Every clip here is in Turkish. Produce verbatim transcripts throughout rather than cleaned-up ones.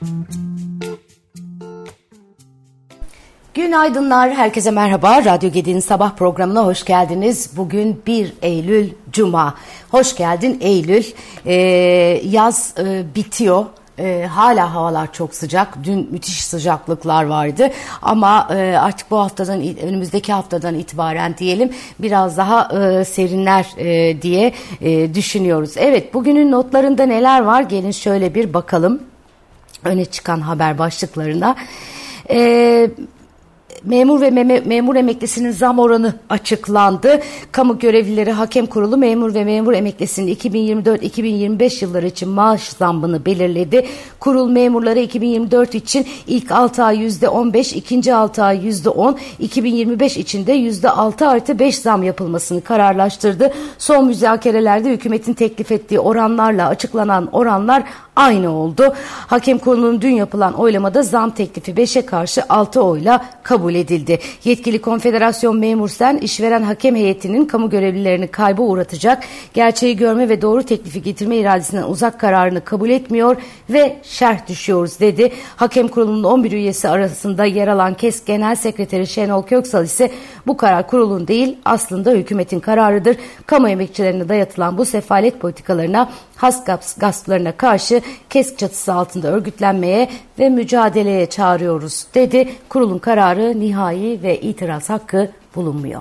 Günaydınlar, herkese merhaba. Radyo Gedi'nin sabah programına hoş geldiniz. Bugün bir Eylül Cuma. Hoş geldin Eylül. Ee, yaz e, bitiyor. Ee, hala havalar çok sıcak. Dün müthiş sıcaklıklar vardı. Ama e, artık bu haftadan, önümüzdeki haftadan itibaren diyelim biraz daha e, serinler e, diye e, düşünüyoruz. Evet, bugünün notlarında neler var? Gelin şöyle bir bakalım. Öne çıkan haber başlıklarına. Eee... Memur ve mem- memur emeklisinin zam oranı açıklandı. Kamu Görevlileri Hakem Kurulu memur ve memur emeklisinin iki bin yirmi dört iki bin yirmi beş yılları için maaş zammını belirledi. Kurul memurlara iki bin yirmi dört için ilk altı ay yüzde on beş, ikinci altı ay yüzde on, iki bin yirmi beş için de yüzde altı artı beş zam yapılmasını kararlaştırdı. Son müzakerelerde hükümetin teklif ettiği oranlarla açıklanan oranlar aynı oldu. Hakem Kurulu'nun dün yapılan oylamada zam teklifi beşe karşı altı oyla kabul edildi. Yetkili Konfederasyon Memursen, işveren hakem heyetinin kamu görevlilerini kayba uğratacak, gerçeği görme ve doğru teklifi getirme iradesinden uzak kararını kabul etmiyor ve şerh düşüyoruz dedi. Hakem Kurulu'nun on bir üyesi arasında yer alan KESK Genel Sekreteri Şenol Köksal ise bu karar kurulun değil aslında hükümetin kararıdır. Kamu emekçilerine dayatılan bu sefalet politikalarına, has gasplarına karşı KESK çatısı altında örgütlenmeye ve mücadeleye çağırıyoruz dedi. Kurulun kararı nihai ve itiraz hakkı bulunmuyor.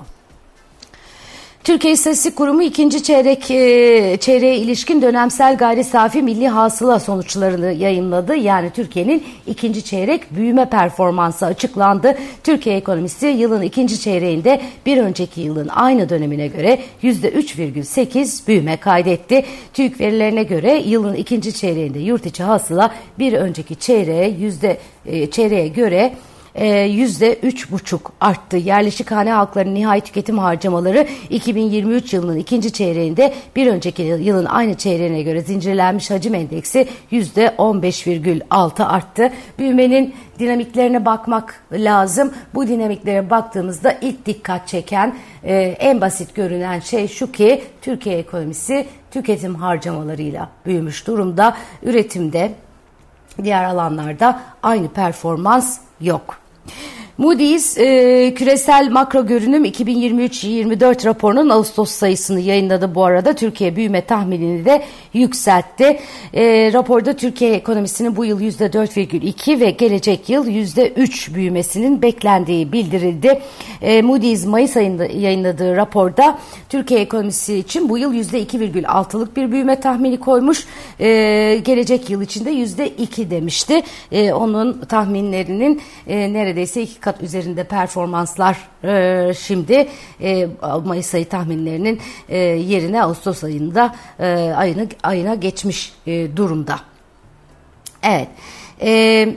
Türkiye İstatistik Kurumu ikinci çeyrek e, çeyreğe ilişkin dönemsel gayri safi milli hasıla sonuçlarını yayınladı. Yani Türkiye'nin ikinci çeyrek büyüme performansı açıklandı. Türkiye ekonomisi yılın ikinci çeyreğinde bir önceki yılın aynı dönemine göre yüzde üç virgül sekiz büyüme kaydetti. TÜİK verilerine göre yılın ikinci çeyreğinde yurt içi hasıla bir önceki çeyreğe yüzde e, çeyreğe göre yüzde üç buçuk arttı. Yerleşik hane halklarının nihai tüketim harcamaları iki bin yirmi üç yılının ikinci çeyreğinde bir önceki yılın aynı çeyreğine göre zincirlenmiş hacim endeksi yüzde on beş virgül altı arttı. Büyümenin dinamiklerine bakmak lazım. Bu dinamiklere baktığımızda ilk dikkat çeken, e, en basit görünen şey şu ki Türkiye ekonomisi tüketim harcamalarıyla büyümüş durumda. Üretimde, diğer alanlarda aynı performans yok. Moody's e, küresel makro görünüm iki bin yirmi üç yirmi dört raporunun Ağustos sayısını yayınladı bu arada. Türkiye büyüme tahminini de yükseltti. E, raporda Türkiye ekonomisinin bu yıl yüzde dört virgül iki ve gelecek yıl yüzde üç büyümesinin beklendiği bildirildi. E, Moody's Mayıs ayında yayınladığı raporda Türkiye ekonomisi için bu yıl yüzde iki virgül altılık bir büyüme tahmini koymuş. E, gelecek yıl için de yüzde iki demişti. E, onun tahminlerinin e, neredeyse iki kat üzerinde performanslar e, şimdi e, Mayıs ayı tahminlerinin e, yerine Ağustos ayında e, ayına, ayına geçmiş e, durumda. Evet. Evet.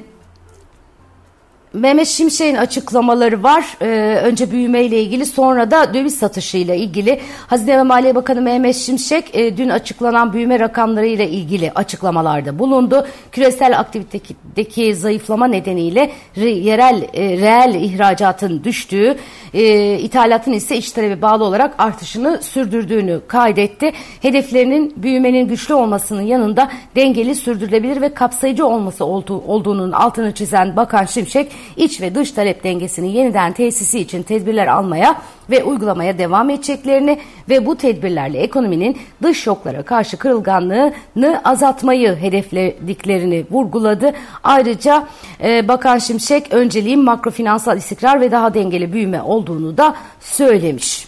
Mehmet Şimşek'in açıklamaları var. Ee, önce büyümeyle ilgili, sonra da döviz satışıyla ilgili. Hazine ve Maliye Bakanı Mehmet Şimşek e, dün açıklanan büyüme rakamlarıyla ilgili açıklamalarda bulundu. Küresel aktivitedeki zayıflama nedeniyle re, yerel e, reel ihracatın düştüğü, e, ithalatın ise iç talebe bağlı olarak artışını sürdürdüğünü kaydetti. Hedeflerinin büyümenin güçlü olmasının yanında dengeli, sürdürülebilir ve kapsayıcı olması olduğu, olduğunun altını çizen Bakan Şimşek, İç ve dış talep dengesinin yeniden tesisi için tedbirler almaya ve uygulamaya devam edeceklerini ve bu tedbirlerle ekonominin dış şoklara karşı kırılganlığını azaltmayı hedeflediklerini vurguladı. Ayrıca e, Bakan Şimşek önceliğin makrofinansal istikrar ve daha dengeli büyüme olduğunu da söylemiş.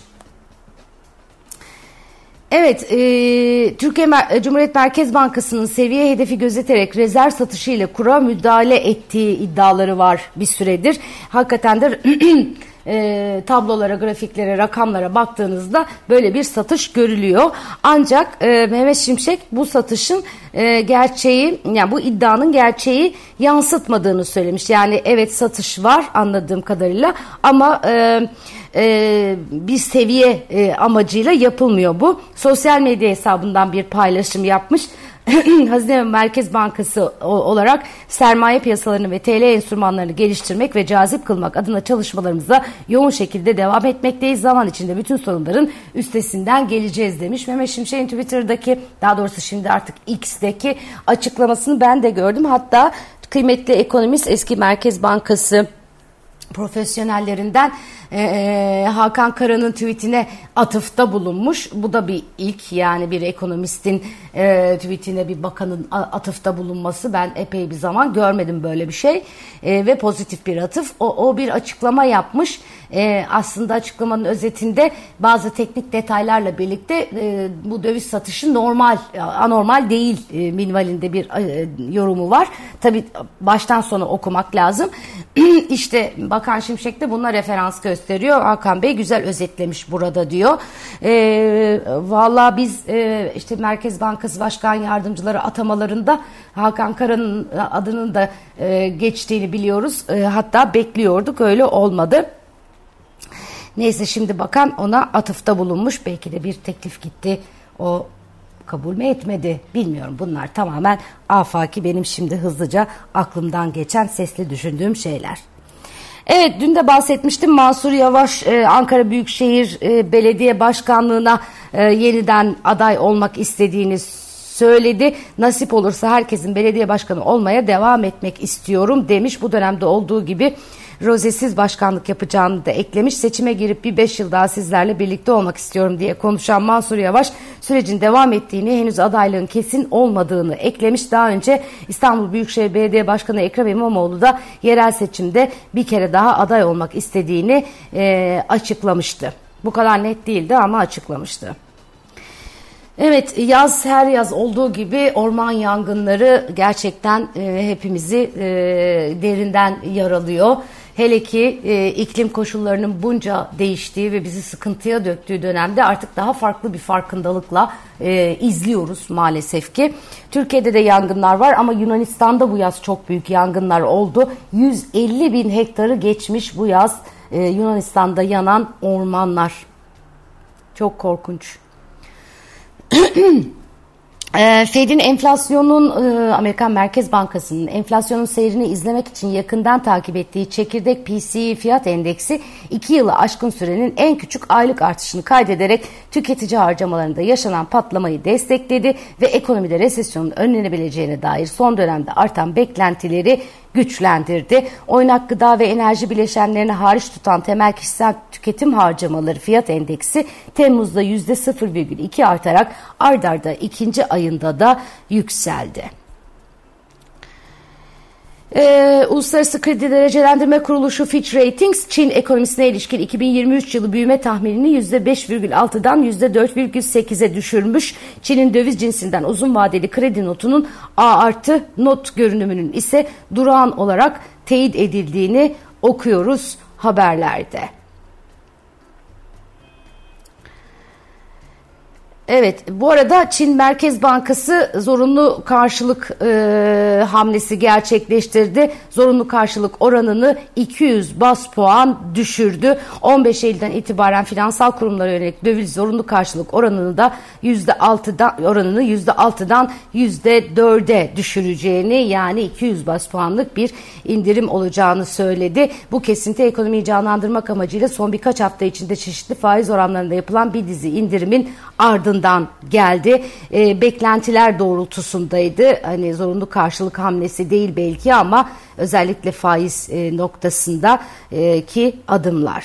Evet, e, Türkiye Mer- Cumhuriyet Merkez Bankası'nın seviye hedefi gözeterek rezerv satışı ile kura müdahale ettiği iddiaları var bir süredir. Hakikaten de e, tablolara, grafiklere, rakamlara baktığınızda böyle bir satış görülüyor. Ancak e, Mehmet Şimşek bu satışın e, gerçeği, yani bu iddianın gerçeği yansıtmadığını söylemiş. Yani evet, satış var anladığım kadarıyla ama e, e, bir seviye e, amacıyla yapılmıyor bu. Sosyal medya hesabından bir paylaşım yapmış. Hazine ve Merkez Bankası olarak sermaye piyasalarını ve T L enstrümanlarını geliştirmek ve cazip kılmak adına çalışmalarımıza yoğun şekilde devam etmekteyiz. Zaman içinde bütün sorunların üstesinden geleceğiz demiş. Mehmet Şimşek'in Twitter'daki, daha doğrusu şimdi artık X'deki açıklamasını ben de gördüm. Hatta kıymetli ekonomist, eski Merkez Bankası profesyonellerinden e, Hakan Kara'nın tweetine atıfta bulunmuş. Bu da bir ilk, yani bir ekonomistin e, tweetine bir bakanın atıfta bulunması, ben epey bir zaman görmedim böyle bir şey e, ve pozitif bir atıf. O, o bir açıklama yapmış. E, aslında açıklamanın özetinde bazı teknik detaylarla birlikte e, bu döviz satışı normal, anormal değil e, minvalinde bir e, yorumu var. Tabii baştan sona okumak lazım. İşte Bakan Şimşek de buna referans gösteriyor. Hakan Bey güzel özetlemiş burada diyor. E, Valla biz e, işte Merkez Bankası Başkan Yardımcıları atamalarında Hakan Kara'nın adının da e, geçtiğini biliyoruz. E, hatta bekliyorduk, öyle olmadı. Neyse, şimdi bakan ona atıfta bulunmuş. Belki de bir teklif gitti, o kabul mü etmedi bilmiyorum. Bunlar tamamen afaki, benim şimdi hızlıca aklımdan geçen, sesli düşündüğüm şeyler. Evet, dün de bahsetmiştim. Mansur Yavaş e, Ankara Büyükşehir e, Belediye Başkanlığı'na e, yeniden aday olmak istediğini söyledi. Nasip olursa herkesin belediye başkanı olmaya devam etmek istiyorum demiş. Bu dönemde olduğu gibi rozesiz başkanlık yapacağını da eklemiş. Seçime girip bir beş yıl daha sizlerle birlikte olmak istiyorum diye konuşan Mansur Yavaş sürecin devam ettiğini, henüz adaylığın kesin olmadığını eklemiş. Daha önce İstanbul Büyükşehir Belediye Başkanı Ekrem İmamoğlu da yerel seçimde bir kere daha aday olmak istediğini e, açıklamıştı. Bu kadar net değildi ama açıklamıştı. Evet, yaz her yaz olduğu gibi orman yangınları gerçekten e, hepimizi e, derinden yaralıyor. Hele ki e, iklim koşullarının bunca değiştiği ve bizi sıkıntıya döktüğü dönemde artık daha farklı bir farkındalıkla e, izliyoruz maalesef ki. Türkiye'de de yangınlar var ama Yunanistan'da bu yaz çok büyük yangınlar oldu. yüz elli bin hektarı geçmiş bu yaz e, Yunanistan'da yanan ormanlar. Çok korkunç. Fed'in enflasyonun, Amerikan Merkez Bankası'nın enflasyonun seyrini izlemek için yakından takip ettiği çekirdek P C E fiyat endeksi iki yılı aşkın sürenin en küçük aylık artışını kaydederek tüketici harcamalarında yaşanan patlamayı destekledi ve ekonomide resesyonun önlenebileceğine dair son dönemde artan beklentileri güçlendirdi. Oynak gıda ve enerji bileşenlerini hariç tutan temel kişisel tüketim harcamaları fiyat endeksi Temmuz'da yüzde sıfır virgül iki artarak ard arda ikinci ayında da yükseldi. Ee, Uluslararası Kredi Derecelendirme Kuruluşu Fitch Ratings, Çin ekonomisine ilişkin iki bin yirmi üç yılı büyüme tahminini yüzde beş virgül altıdan yüzde dört virgül sekize düşürmüş. Çin'in döviz cinsinden uzun vadeli kredi notunun A artı not görünümünün ise durağan olarak teyit edildiğini okuyoruz haberlerde. Evet, bu arada Çin Merkez Bankası zorunlu karşılık e, hamlesi gerçekleştirdi. Zorunlu karşılık oranını iki yüz baz puan düşürdü. on beş Eylül'den itibaren finansal kurumlara yönelik döviz zorunlu karşılık oranını da yüzde altıdan oranını yüzde altıdan yüzde dörde düşüreceğini, yani iki yüz baz puanlık bir indirim olacağını söyledi. Bu kesinti ekonomiyi canlandırmak amacıyla son birkaç hafta içinde çeşitli faiz oranlarında yapılan bir dizi indirimin ardından geldi. E, beklentiler doğrultusundaydı. Hani zorunlu karşılık hamlesi değil belki ama özellikle faiz e, noktasında e, ki adımlar.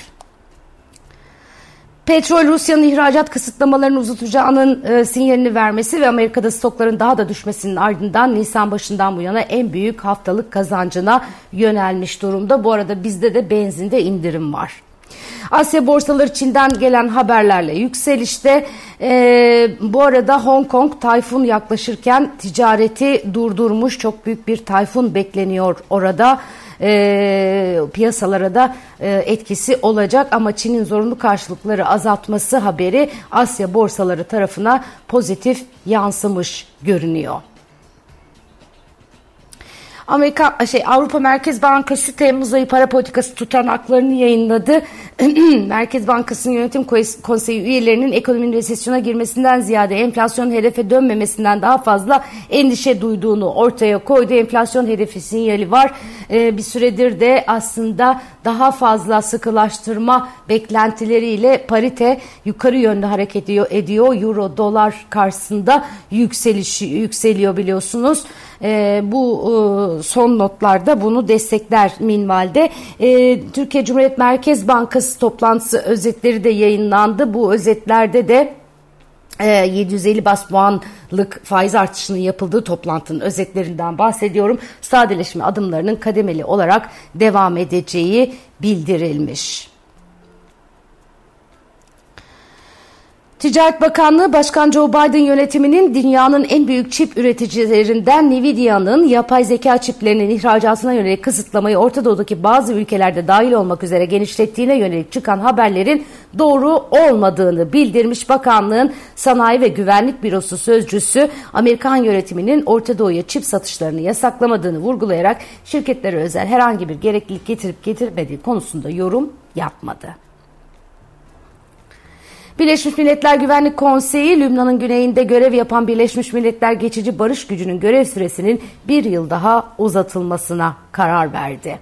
Petrol, Rusya'nın ihracat kısıtlamalarını uzatacağının e, sinyalini vermesi ve Amerika'da stokların daha da düşmesinin ardından Nisan başından bu yana en büyük haftalık kazancına yönelmiş durumda. Bu arada bizde de benzinde indirim var. Asya borsaları Çin'den gelen haberlerle yükselişte. Ee, bu arada Hong Kong tayfun yaklaşırken ticareti durdurmuş. Çok büyük bir tayfun bekleniyor orada. E, piyasalara da e, etkisi olacak ama Çin'in zorunlu karşılıkları azaltması haberi Asya borsaları tarafına pozitif yansımış görünüyor. Amerika şey Avrupa Merkez Bankası Temmuz ayı para politikası tutanaklarını yayınladı. Merkez Bankası'nın yönetim konseyi üyelerinin ekonominin resesyona girmesinden ziyade enflasyon hedefe dönmemesinden daha fazla endişe duyduğunu ortaya koydu. Enflasyon hedefi sinyali var. Ee, bir süredir de aslında daha fazla sıkılaştırma beklentileriyle parite yukarı yönde hareket ediyor. ediyor. Euro dolar karşısında yükseliş yükseliyor biliyorsunuz. E, bu e, son notlarda bunu destekler minvalde. E, Türkiye Cumhuriyet Merkez Bankası toplantısı özetleri de yayınlandı. Bu özetlerde de e, yedi yüz elli bas puanlık faiz artışının yapıldığı toplantının özetlerinden bahsediyorum. Sadeleşme adımlarının kademeli olarak devam edeceği bildirilmiş. Ticaret Bakanlığı, Başkan Joe Biden yönetiminin dünyanın en büyük çip üreticilerinden Nvidia'nın yapay zeka çiplerinin ihracatına yönelik kısıtlamayı Orta Doğu'daki bazı ülkelerde dahil olmak üzere genişlettiğine yönelik çıkan haberlerin doğru olmadığını bildirmiş. Bakanlığın Sanayi ve Güvenlik Bürosu sözcüsü, Amerikan yönetiminin Orta Doğu'ya çip satışlarını yasaklamadığını vurgulayarak şirketlere özel herhangi bir gereklilik getirip getirmediği konusunda yorum yapmadı. Birleşmiş Milletler Güvenlik Konseyi, Lübnan'ın güneyinde görev yapan Birleşmiş Milletler Geçici Barış Gücü'nün görev süresinin bir yıl daha uzatılmasına karar verdi.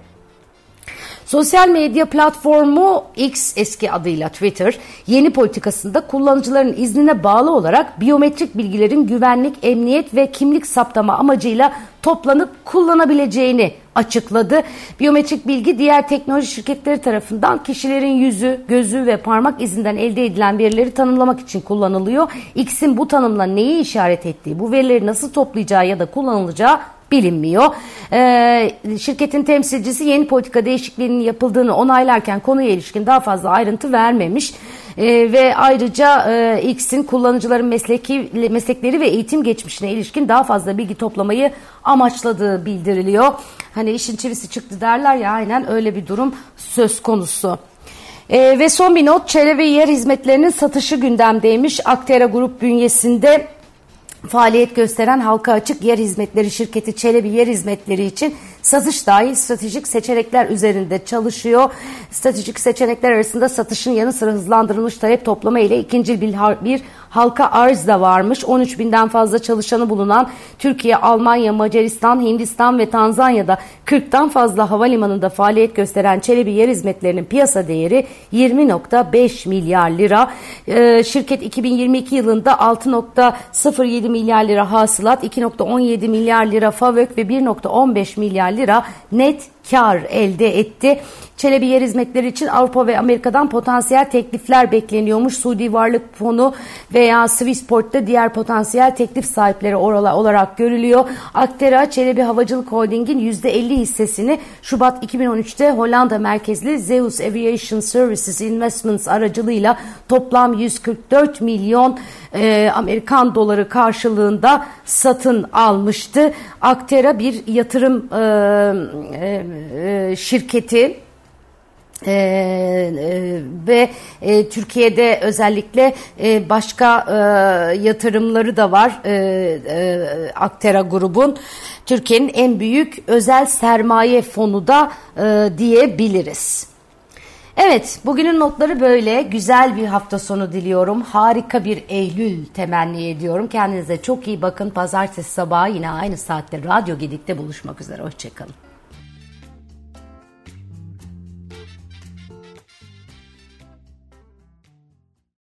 Sosyal medya platformu X, eski adıyla Twitter, yeni politikasında kullanıcıların iznine bağlı olarak biyometrik bilgilerin güvenlik, emniyet ve kimlik saptama amacıyla toplanıp kullanabileceğini açıkladı. Biyometrik bilgi diğer teknoloji şirketleri tarafından kişilerin yüzü, gözü ve parmak izinden elde edilen verileri tanımlamak için kullanılıyor. X'in bu tanımla neyi işaret ettiği, bu verileri nasıl toplayacağı ya da kullanılacağı bilinmiyor. Ee, şirketin temsilcisi yeni politika değişikliğinin yapıldığını onaylarken konuya ilişkin daha fazla ayrıntı vermemiş. Ee, ve ayrıca e, X'in kullanıcıların mesleki meslekleri ve eğitim geçmişine ilişkin daha fazla bilgi toplamayı amaçladığı bildiriliyor. Hani işin çivisi çıktı derler ya, aynen öyle bir durum söz konusu. Ee, ve son bir not, çevre ve yer hizmetlerinin satışı gündemdeymiş. Aktera Grup bünyesinde faaliyet gösteren halka açık yer hizmetleri şirketi Çelebi Yer Hizmetleri için satış dahil stratejik seçenekler üzerinde çalışıyor. Stratejik seçenekler arasında satışın yanı sıra hızlandırılmış talep toplama ile ikinci bir, bir halka arz da varmış. on üç binden fazla çalışanı bulunan Türkiye, Almanya, Macaristan, Hindistan ve Tanzanya'da kırktan fazla havalimanında faaliyet gösteren Çelebi Yer Hizmetleri'nin piyasa değeri yirmi nokta beş milyar lira. Ee, şirket iki bin yirmi iki yılında altı nokta sıfır yedi milyar lira hasılat, iki nokta on yedi milyar lira FAVÖK ve bir nokta on beş milyar lira net kar elde etti. Çelebi Yer Hizmetleri için Avrupa ve Amerika'dan potansiyel teklifler bekleniyormuş. Suudi Varlık Fonu veya Swissport'ta diğer potansiyel teklif sahipleri olarak görülüyor. Aktera, Çelebi Havacılık Holding'in yüzde elli hissesini Şubat iki bin on üçte Hollanda merkezli Zeus Aviation Services Investments aracılığıyla toplam yüz kırk dört milyon e, Amerikan doları karşılığında satın almıştı. Aktera bir yatırım e, e, şirketi. Ee, e, ve e, Türkiye'de özellikle e, başka e, yatırımları da var e, e, Aktera grubun. Türkiye'nin en büyük özel sermaye fonu da e, diyebiliriz. Evet, bugünün notları böyle. Güzel bir hafta sonu diliyorum. Harika bir Eylül temenni ediyorum. Kendinize çok iyi bakın. Pazartesi sabahı yine aynı saatte Radyo Gedik'te buluşmak üzere. Hoşçakalın.